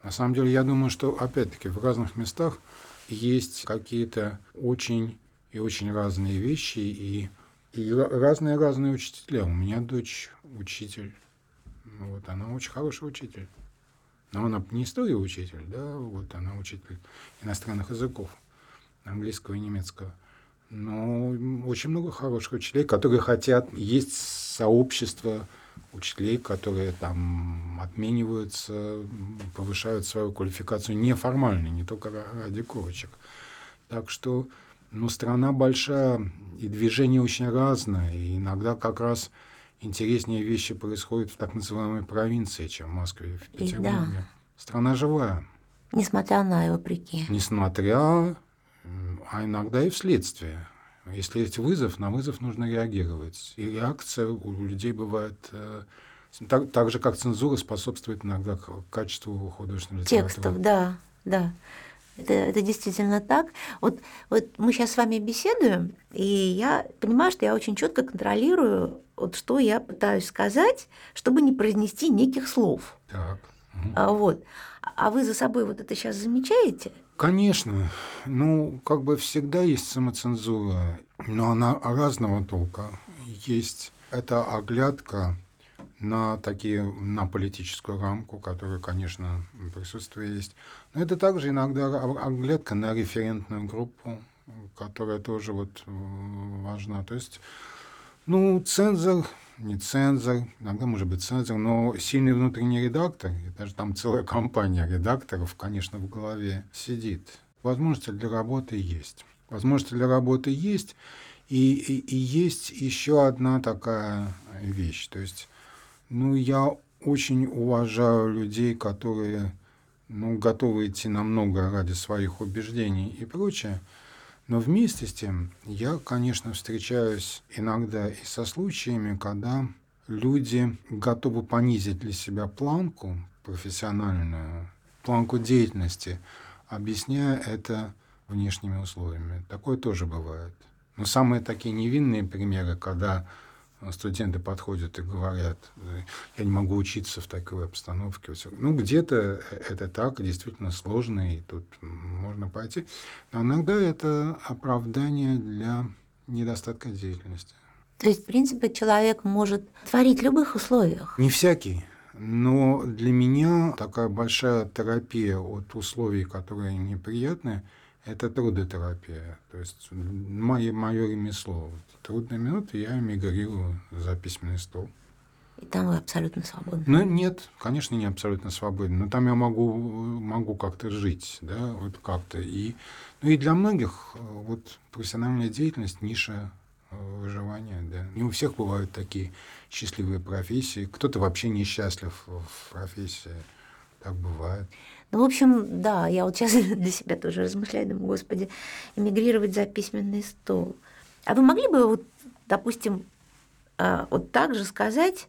На самом деле, я думаю, что, опять-таки, в разных местах есть какие-то очень и очень разные вещи, и разные учителя. У меня дочь учитель, вот, она очень хороший учитель. Но она не история учитель, да, вот она учитель иностранных языков, английского и немецкого. Но очень много хороших учителей, которые хотят, есть сообщество учителей, которые там отмениваются, повышают свою квалификацию неформально, не только ради корочек. Так что, страна большая, и движение очень разное, и иногда как раз интереснее вещи происходят в так называемой провинции, чем в Москве, в Петербурге. Да. Страна живая. Несмотря на и вопреки. Несмотря, а иногда и вследствие. Если есть вызов, на вызов нужно реагировать. И реакция у людей бывает так же, как цензура способствует иногда качеству художественной литературы. Текстов, да. Это действительно так. Вот мы сейчас с вами беседуем, и я понимаю, что я очень четко контролирую, вот что я пытаюсь сказать, чтобы не произнести неких слов. Так. А вы за собой вот это сейчас замечаете? Конечно. Как бы всегда есть самоцензура, но она разного толка. Есть эта оглядка на политическую рамку, которая, конечно, присутствие есть. Но это также иногда оглядка на референтную группу, которая тоже важна. То есть, цензор, не цензор, иногда может быть цензор, но сильный внутренний редактор, и даже там целая компания редакторов, конечно, в голове сидит. Возможности для работы есть. И есть еще одна такая вещь. То есть, я очень уважаю людей, которые готовы идти на многое ради своих убеждений и прочее. Но вместе с тем я, конечно, встречаюсь иногда и со случаями, когда люди готовы понизить для себя планку профессиональную, планку деятельности, объясняя это внешними условиями. Такое тоже бывает. Но самые такие невинные примеры, когда студенты подходят и говорят: я не могу учиться в такой обстановке. Где-то это так, действительно сложно, и тут можно пойти. Но иногда это оправдание для недостатка деятельности. То есть, в принципе, человек может творить в любых условиях? Не всякий. Но для меня такая большая терапия от условий, которые неприятны, это трудотерапия. То есть мое ремесло. В трудные минуты я эмигрирую за письменный стол. И там вы абсолютно свободны? Нет, конечно, не абсолютно свободен. Но там я могу как-то жить, да, как-то. И для многих профессиональная деятельность — ниша выживания, да. Не у всех бывают такие счастливые профессии. Кто-то вообще несчастлив в профессии. Так бывает. В общем, да, я сейчас для себя тоже размышляю, думаю: Господи, эмигрировать за письменный стол. А вы могли бы, допустим, так же сказать: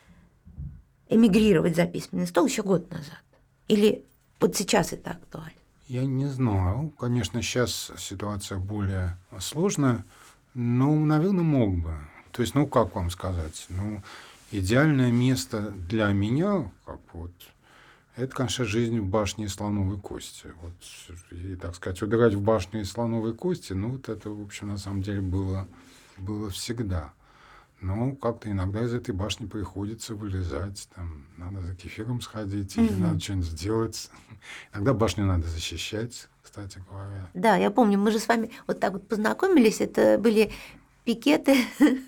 эмигрировать за письменный стол еще год назад? Или сейчас это актуально? Я не знаю. Конечно, сейчас ситуация более сложная, но, наверное, мог бы. То есть, как вам сказать? Идеальное место для меня, это, конечно, жизнь в башне из слоновой кости. И, так сказать, убирать в башню из слоновой кости, это, в общем, на самом деле было всегда. Но как-то иногда из этой башни приходится вылезать. Там надо за кефиром сходить, или надо что-нибудь сделать. Иногда башню надо защищать, кстати говоря. Да, я помню, мы же с вами так познакомились. Это были пикеты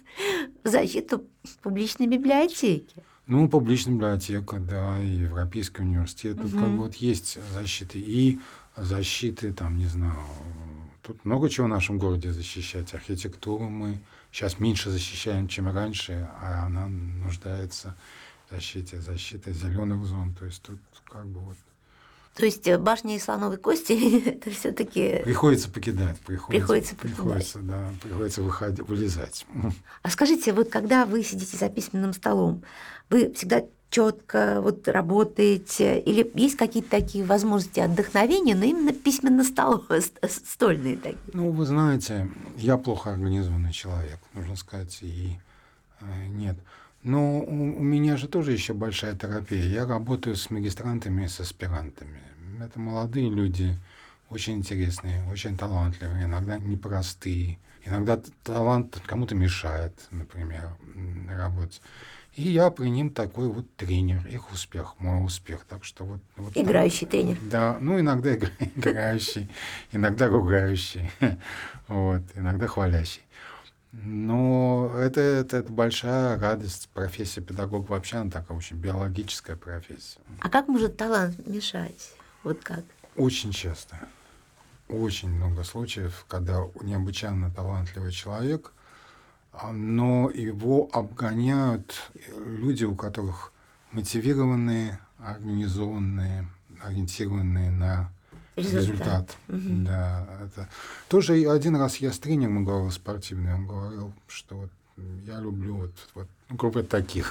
в защиту публичной библиотеки. Публичная библиотека, да, и Европейский университет. Тут есть защиты. И защиты, не знаю, тут много чего в нашем городе защищать. Архитектуру мы сейчас меньше защищаем, чем раньше, а она нуждается в защите зеленых зон. То есть тут То есть башня из слоновой кости это все-таки приходится покидать. Приходится вылезать. А скажите, когда вы сидите за письменным столом, вы всегда четко работаете, или есть какие-то такие возможности отдохновения, но именно письменно-стольные такие? Вы знаете, я плохо организованный человек, нужно сказать, и нет. Но у меня же тоже еще большая терапия. Я работаю с магистрантами и с аспирантами. Это молодые люди, очень интересные, очень талантливые, иногда непростые. Иногда талант кому-то мешает, например, работать. И я при ним такой вот тренер. Их успех, мой успех. Так что вот Играющий тренер. Да, ну иногда играющий, иногда ругающий, вот, иногда хвалящий. Но это большая радость. Профессия педагога вообще, она такая очень биологическая профессия. А как может талант мешать? Вот как? Очень часто. Очень много случаев, когда необычайно талантливый человек, но его обгоняют люди, у которых мотивированные, организованные, ориентированные на результат. Мгм. Да, это. Тоже один раз я с тренером говорил спортивным, он говорил, что вот я люблю группу таких,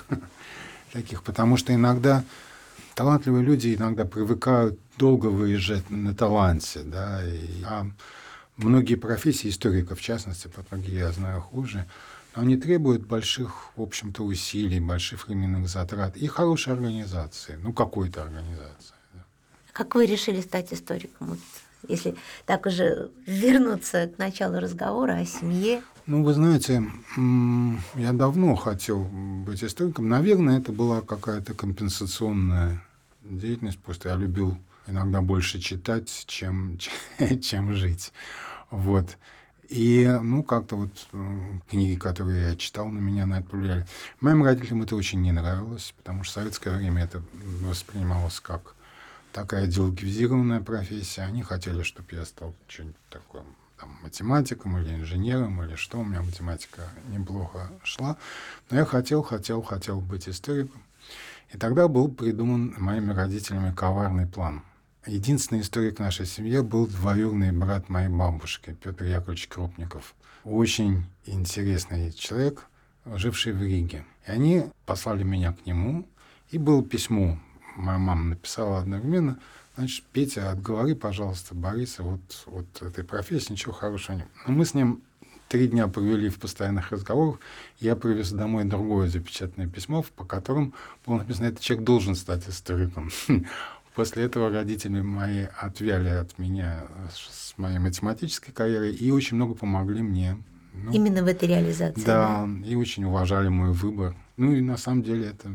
потому что иногда талантливые люди иногда привыкают долго выезжать на таланте, да, а многие профессии, историков в частности, многие я знаю хуже, но они требуют больших, в общем-то, усилий, больших временных затрат и хорошей организации, какой-то организации. Как вы решили стать историком? Вот, если так уже вернуться к началу разговора о семье. Вы знаете, я давно хотел быть историком. Наверное, это была какая-то компенсационная деятельность. Просто я любил иногда больше читать, чем жить. Вот. И, как-то книги, которые я читал, на меня на это повлияли. Моим родителям это очень не нравилось, потому что в советское время это воспринималось как такая идеологизированная профессия. Они хотели, чтобы я стал что-нибудь такое, математиком или инженером, или что. У меня математика неплохо шла. Но я хотел быть историком. И тогда был придуман моими родителями коварный план. Единственный историк в нашей семье был двоюродный брат моей бабушки, Петр Яковлевич Крупников. Очень интересный человек, живший в Риге. И они послали меня к нему, и было письмо. Моя мама написала одновременно: значит, Петя, отговори, пожалуйста, Бориса вот этой профессии, ничего хорошего нет. Но мы с ним 3 дня провели в постоянных разговорах. Я привез домой другое запечатанное письмо, по которому было написано: этот человек должен стать историком. После этого родители мои отвяли от меня с моей математической карьерой и очень много помогли мне. Именно в этой реализации. Да, и очень уважали мой выбор. И на самом деле это...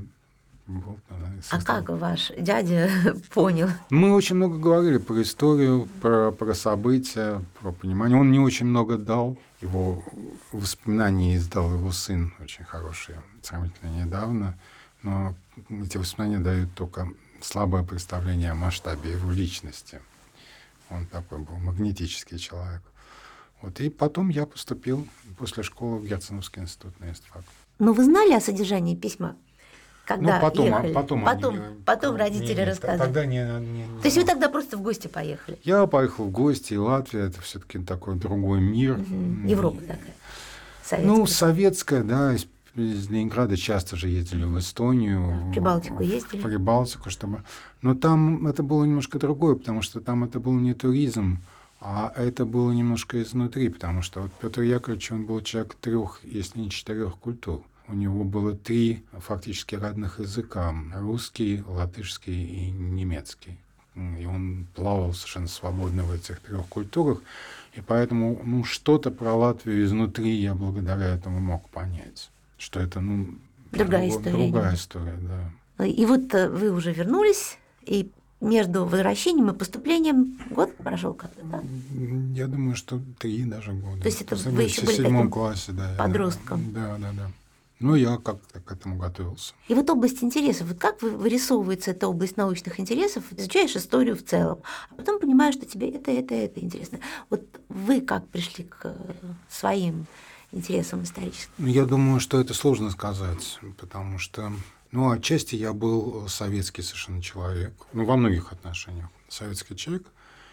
А как ваш дядя понял? Мы очень много говорили про историю, про события, про понимание. Он мне очень много дал. Его воспоминания издал его сын, очень хорошие, сравнительно недавно. Но эти воспоминания дают только слабое представление о масштабе его личности. Он такой был магнетический человек. И потом я поступил после школы в Герценовский институт на истфак. Но вы знали о содержании письма? Когда ехали? Потом родители рассказали. Тогда То есть вы тогда просто в гости поехали? Я поехал в гости, и Латвия — это все-таки такой другой мир. Европа такая. Советская. Советская, да. Из Ленинграда часто же ездили в Эстонию. В Прибалтику ездили? В Прибалтику, чтобы... Но там это было немножко другое, потому что там это был не туризм, а это было немножко изнутри, потому что Петр Яковлевич, он был человек 3, если не 4 культур. У него было 3 фактически родных языка: русский, латышский и немецкий. И он плавал совершенно свободно в этих 3 культурах. И поэтому что-то про Латвию изнутри я благодаря этому мог понять. Что это другая история, да. И вы уже вернулись, и между возвращением и поступлением год прошел как-то, да? Я думаю, что 3 даже года. То есть это вы еще были в 7 классе, да. Подростком. Да. Я как-то к этому готовился. И область интересов, как вырисовывается эта область научных интересов? Изучаешь историю в целом, а потом понимаешь, что тебе это интересно. Вы как пришли к своим интересам историческим? Я думаю, что это сложно сказать, потому что, отчасти я был советский совершенно человек, во многих отношениях советский человек.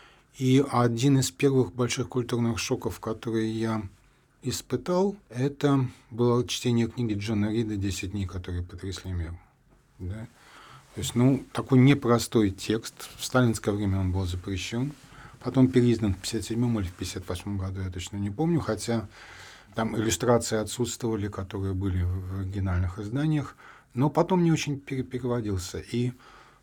И один из первых больших культурных шоков, которые я испытал, это было чтение книги Джона Рида «10 дней, которые потрясли мир». Да? То есть, такой непростой текст. В сталинское время он был запрещен. Потом переиздан в 1957 или в 1958 году, я точно не помню, хотя Там иллюстрации отсутствовали, которые были в оригинальных изданиях, но потом не очень переводился. И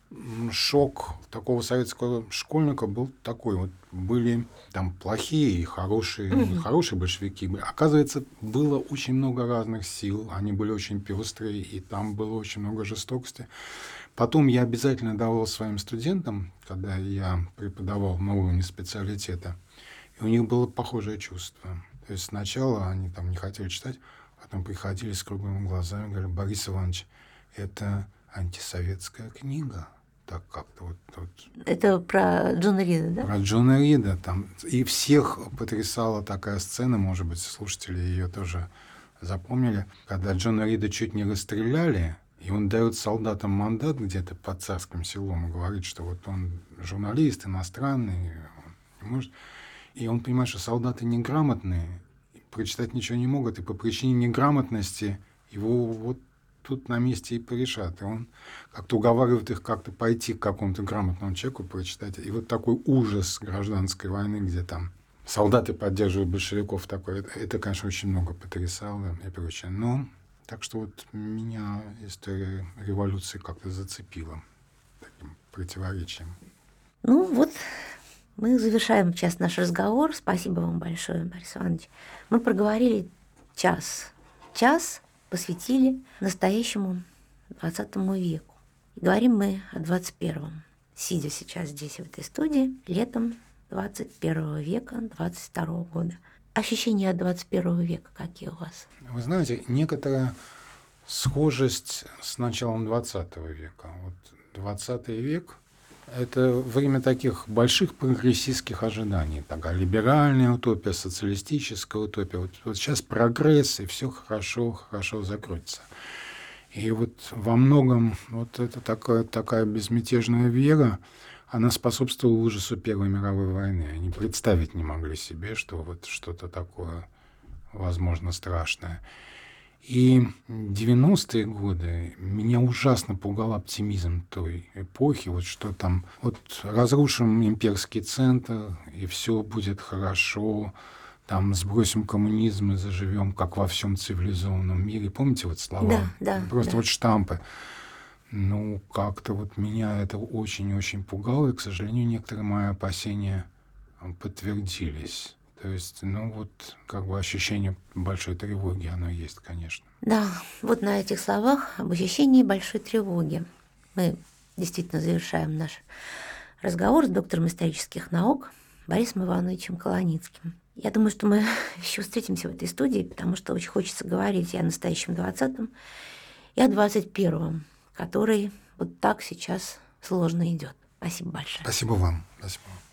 шок такого советского школьника был такой. Вот были там плохие и хорошие, хорошие большевики. Оказывается, было очень много разных сил, они были очень пестрые, и там было очень много жестокости. Потом я обязательно давал своим студентам, когда я преподавал на уровне специалитета, и у них было похожее чувство. То есть сначала они там не хотели читать, потом приходили с круглыми глазами, говорили: Борис Иванович, это антисоветская книга. Так как-то вот. Это про Джона Рида, да? Про Джона Рида. Там. И всех потрясала такая сцена, может быть, слушатели ее тоже запомнили, когда Джона Рида чуть не расстреляли, и он дает солдатам мандат где-то под Царским Селом и говорит, что вот он журналист, иностранный, он не может. И он понимает, что солдаты неграмотные, прочитать ничего не могут, и по причине неграмотности его вот тут на месте и порешат. И он как-то уговаривает их как-то пойти к какому-то грамотному человеку, прочитать. И вот такой ужас гражданской войны, где там солдаты поддерживают большевиков, такой, это, конечно, очень много потрясало и прочее. Но так что вот меня история революции как-то зацепила таким противоречием. Ну вот, мы завершаем сейчас наш разговор. Спасибо вам большое, Борис Иванович. Мы проговорили час. Час посвятили настоящему 20 веку. И говорим мы о 21-м, сидя сейчас здесь, в этой студии, летом 21 века, 22 года. Ощущения от 21 века какие у вас? Вы знаете, некоторая схожесть с началом 20 века. Вот 20 век — это время таких больших прогрессистских ожиданий. Такая либеральная утопия, социалистическая утопия. Вот сейчас прогресс, и все хорошо закрутится. И вот во многом вот это такая безмятежная вера, она способствовала ужасу Первой мировой войны. Они представить не могли себе, что вот что-то такое, возможно, страшное. И 90-е годы меня ужасно пугал оптимизм той эпохи, вот что там, вот разрушим имперский центр, и все будет хорошо, там сбросим коммунизм и заживем, как во всем цивилизованном мире. Помните вот слова? Да. Просто вот штампы. Ну, как-то вот меня это очень-очень пугало, и, к сожалению, некоторые мои опасения подтвердились. То есть, ну вот, как бы ощущение большой тревоги, оно есть, конечно. Да, вот на этих словах об ощущении большой тревоги мы действительно завершаем наш разговор с доктором исторических наук Борисом Ивановичем Колоницким. Я думаю, что мы еще встретимся в этой студии, потому что очень хочется говорить и о настоящем 20-м, и о 21-м, который вот так сейчас сложно идет. Спасибо большое. Спасибо вам. Спасибо вам.